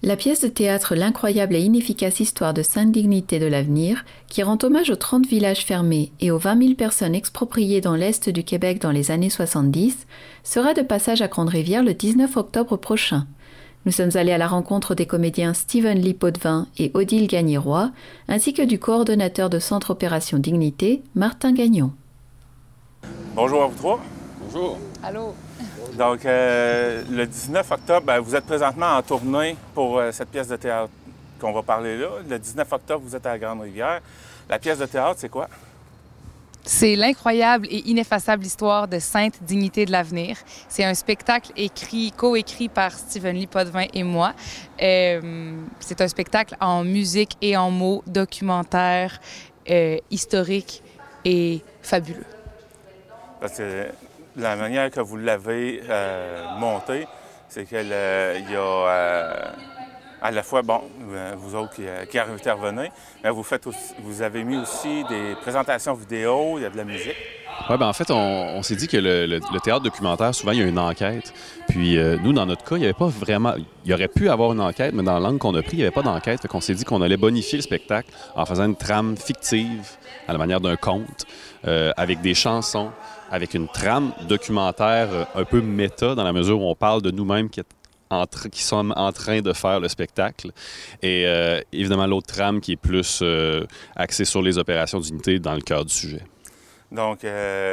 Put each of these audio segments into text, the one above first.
La pièce de théâtre L'incroyable et inefficace histoire de Sainte-Dignité de l'Avenir, qui rend hommage aux 30 villages fermés et aux 20 000 personnes expropriées dans l'Est du Québec dans les années 70, sera de passage à Grande-Rivière le 19 octobre prochain. Nous sommes allés à la rencontre des comédiens Steven Lee-Potvin et Odile Gagné-Roy, ainsi que du coordonnateur de Centre Opération Dignité, Martin Gagnon. Bonjour à vous trois. Bonjour. Allô. Donc, le 19 octobre, vous êtes présentement en tournée pour cette pièce de théâtre qu'on va parler là. Le 19 octobre, vous êtes à la Grande-Rivière. La pièce de théâtre, c'est quoi? C'est l'incroyable et ineffaçable histoire de Sainte-Dignité de l'Avenir. C'est un spectacle coécrit par Steven Lee-Potvin et moi. C'est un spectacle en musique et en mots, documentaire, historique et fabuleux. Parce que la manière que vous l'avez monté, c'est qu'il y a à la fois, vous autres qui intervenez, mais vous avez mis aussi des présentations vidéo, il y a de la musique. Oui, en fait, on s'est dit que le théâtre documentaire, souvent, il y a une enquête. Puis nous, dans notre cas, il n'y avait pas vraiment... Il y aurait pu avoir une enquête, mais dans l'angle qu'on a pris, il n'y avait pas d'enquête. Fait qu'on s'est dit qu'on allait bonifier le spectacle en faisant une trame fictive, à la manière d'un conte, avec des chansons, avec une trame documentaire un peu méta, dans la mesure où on parle de nous-mêmes qui sommes en train de faire le spectacle. Et évidemment, l'autre trame qui est plus axée sur les opérations d'unité dans le cœur du sujet. Donc,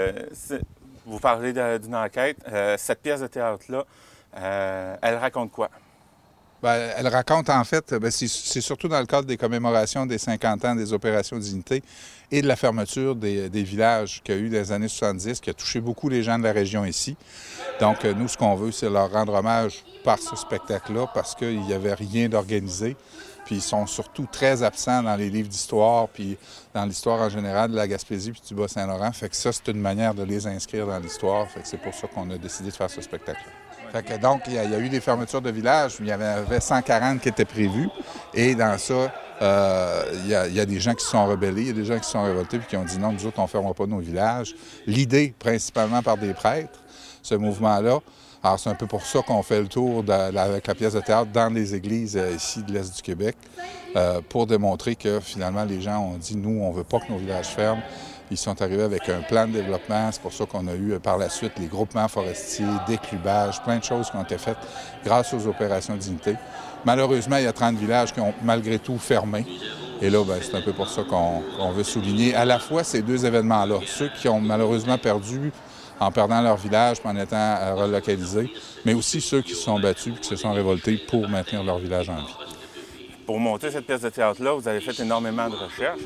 vous parlez d'une enquête. Cette pièce de théâtre-là, elle raconte quoi? Elle raconte, en fait, c'est surtout dans le cadre des commémorations des 50 ans des opérations d'unité et de la fermeture des villages qu'il y a eu dans les années 70, qui a touché beaucoup les gens de la région ici. Donc, nous, ce qu'on veut, c'est leur rendre hommage par ce spectacle-là, parce qu'il n'y avait rien d'organisé. Puis ils sont surtout très absents dans les livres d'histoire, puis dans l'histoire en général de la Gaspésie puis du Bas-Saint-Laurent. Fait que ça, c'est une manière de les inscrire dans l'histoire. Fait que c'est pour ça qu'on a décidé de faire ce spectacle-là. Fait que donc, il y a eu des fermetures de villages. Il y avait 140 qui étaient prévus. Et dans ça, il y a des gens qui se sont rebellés, il y a des gens qui se sont révoltés puis qui ont dit non, nous autres, on ne fermera pas nos villages. L'idée, principalement par des prêtres, ce mouvement-là. Alors, c'est un peu pour ça qu'on fait le tour avec la pièce de théâtre dans les églises ici de l'Est du Québec, pour démontrer que finalement, les gens ont dit, nous, on ne veut pas que nos villages ferment. Ils sont arrivés avec un plan de développement. C'est pour ça qu'on a eu par la suite les groupements forestiers, déclubage, plein de choses qui ont été faites grâce aux opérations d'unité. Malheureusement, il y a 30 villages qui ont malgré tout fermé. Et là, c'est un peu pour ça qu'on veut souligner à la fois ces deux événements-là. Ceux qui ont malheureusement perdu en perdant leur village, en étant relocalisés, mais aussi ceux qui se sont battus et qui se sont révoltés pour maintenir leur village en vie. Pour monter cette pièce de théâtre-là, vous avez fait énormément de recherches.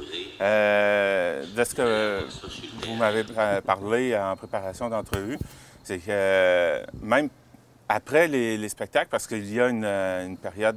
De ce que vous m'avez parlé en préparation d'entrevue, c'est que même après les spectacles, parce qu'il y a une période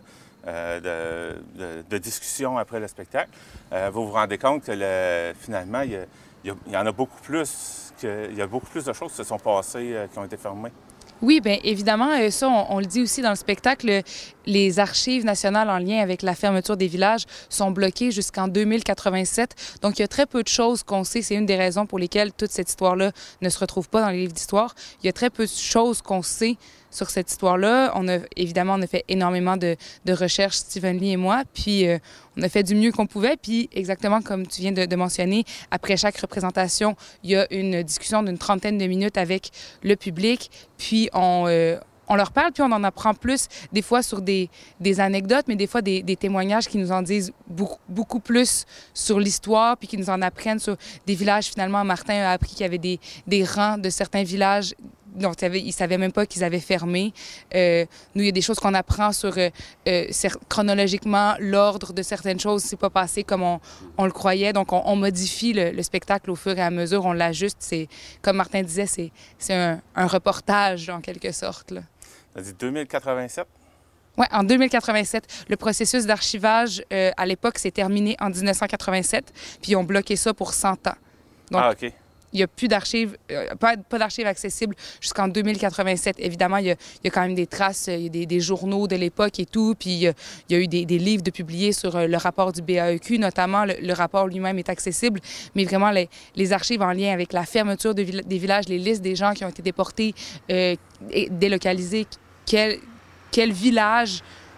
de discussion après le spectacle, vous vous rendez compte que finalement, il y en a beaucoup plus. Il y a beaucoup plus de choses qui se sont passées, qui ont été fermées. Oui, bien évidemment, ça, on le dit aussi dans le spectacle, les archives nationales en lien avec la fermeture des villages sont bloquées jusqu'en 2087. Donc, il y a très peu de choses qu'on sait. C'est une des raisons pour lesquelles toute cette histoire-là ne se retrouve pas dans les livres d'histoire. Il y a très peu de choses qu'on sait sur cette histoire-là. On a fait énormément de recherches, Steven Lee et moi, puis on a fait du mieux qu'on pouvait. Puis, exactement comme tu viens de mentionner, après chaque représentation, il y a une discussion d'une 30aine de minutes avec le public, puis on leur parle, puis on en apprend plus, des fois sur des anecdotes, mais des fois des témoignages qui nous en disent beaucoup plus sur l'histoire, puis qui nous en apprennent sur des villages. Finalement, Martin a appris qu'il y avait des rangs de certains villages dont ils ne savaient même pas qu'ils avaient fermé. Nous, il y a des choses qu'on apprend sur chronologiquement, l'ordre de certaines choses. C'est pas passé comme on le croyait. Donc, on modifie le spectacle au fur et à mesure. On l'ajuste. C'est, comme Martin disait, c'est un reportage, en quelque sorte. Là. Ça dit 2087? Oui, en 2087. Le processus d'archivage, à l'époque, s'est terminé en 1987. Puis, ils ont bloqué ça pour 100 ans. Donc, OK. Il n'y a plus d'archives, pas d'archives accessibles jusqu'en 2087. Évidemment, il y a quand même des traces, il y a des journaux de l'époque et tout, puis il y a eu des livres de publiés sur le rapport du BAEQ, notamment. Le rapport lui-même est accessible, mais vraiment, les archives en lien avec la fermeture des villages, les listes des gens qui ont été déportés et délocalisés, quel village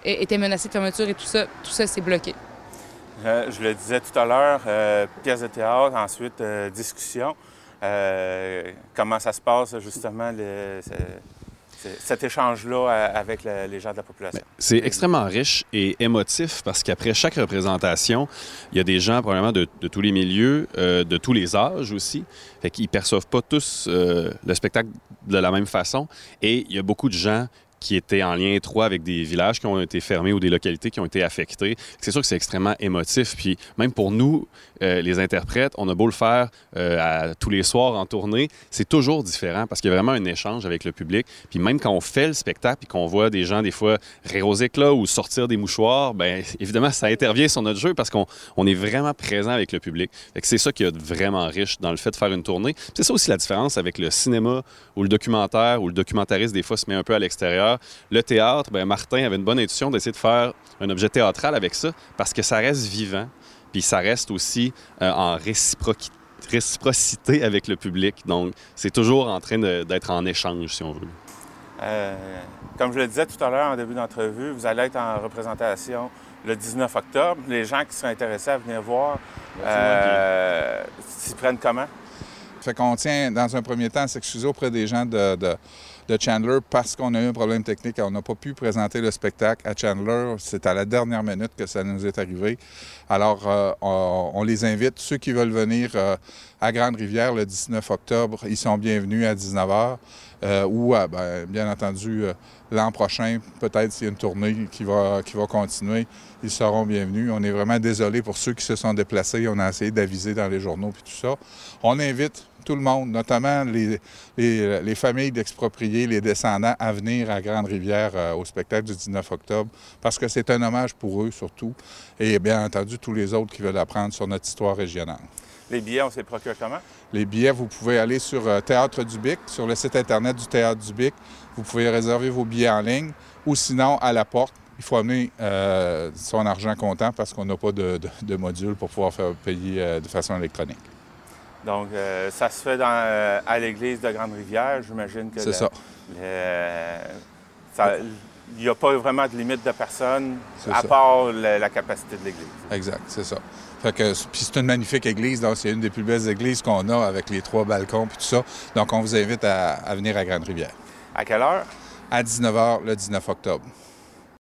étaient menacés de fermeture et tout ça c'est bloqué. Je le disais tout à l'heure, pièce de théâtre, ensuite discussion. Comment ça se passe justement cet échange-là avec les gens de la population? C'est extrêmement riche et émotif parce qu'après chaque représentation, il y a des gens probablement de tous les milieux, de tous les âges aussi. Fait qu'ils ne perçoivent pas tous le spectacle de la même façon. Et il y a beaucoup de gens qui étaient en lien étroit avec des villages qui ont été fermés ou des localités qui ont été affectées. C'est sûr que c'est extrêmement émotif. Puis même pour nous, les interprètes, on a beau le faire tous les soirs en tournée, c'est toujours différent parce qu'il y a vraiment un échange avec le public. Puis même quand on fait le spectacle et qu'on voit des gens des fois rire aux éclats ou sortir des mouchoirs, bien évidemment, ça intervient sur notre jeu parce qu'on est vraiment présent avec le public. Fait que c'est ça qui est vraiment riche dans le fait de faire une tournée. Puis c'est ça aussi la différence avec le cinéma ou le documentaire où le documentariste, des fois, se met un peu à l'extérieur. Le théâtre, bien, Martin avait une bonne intuition d'essayer de faire un objet théâtral avec ça parce que ça reste vivant, puis ça reste aussi en réciprocité avec le public. Donc, c'est toujours en train d'être en échange, si on veut. Comme je le disais tout à l'heure en début d'entrevue, vous allez être en représentation le 19 octobre. Les gens qui sont intéressés à venir voir, s'y prennent comment? Fait qu'on tient, dans un premier temps, à s'excuser auprès des gens de Chandler parce qu'on a eu un problème technique. On n'a pas pu présenter le spectacle à Chandler. C'est à la dernière minute que ça nous est arrivé. Alors, on les invite. Ceux qui veulent venir à Grande-Rivière le 19 octobre, ils sont bienvenus à 19h. Ou, bien entendu, l'an prochain, peut-être s'il y a une tournée qui va continuer, ils seront bienvenus. On est vraiment désolé pour ceux qui se sont déplacés. On a essayé d'aviser dans les journaux et tout ça. On invite tout le monde, notamment les familles d'expropriés, les descendants, à venir à Grande-Rivière au spectacle du 19 octobre, parce que c'est un hommage pour eux surtout, et bien entendu tous les autres qui veulent apprendre sur notre histoire régionale. Les billets, on se les procure comment? Les billets, vous pouvez aller sur Théâtre du Bic, sur le site Internet du Théâtre du Bic. Vous pouvez réserver vos billets en ligne, ou sinon, à la porte, il faut amener son argent comptant parce qu'on n'a pas de module pour pouvoir faire payer de façon électronique. Donc, ça se fait à l'église de Grande-Rivière. J'imagine que c'est ça. Il n'y a pas vraiment de limite de personnes à part la capacité de l'église. Exact, c'est ça. Puis c'est une magnifique église, donc c'est une des plus belles églises qu'on a avec les 3 balcons et tout ça. Donc, on vous invite à venir à Grande-Rivière. À quelle heure? À 19h le 19 octobre.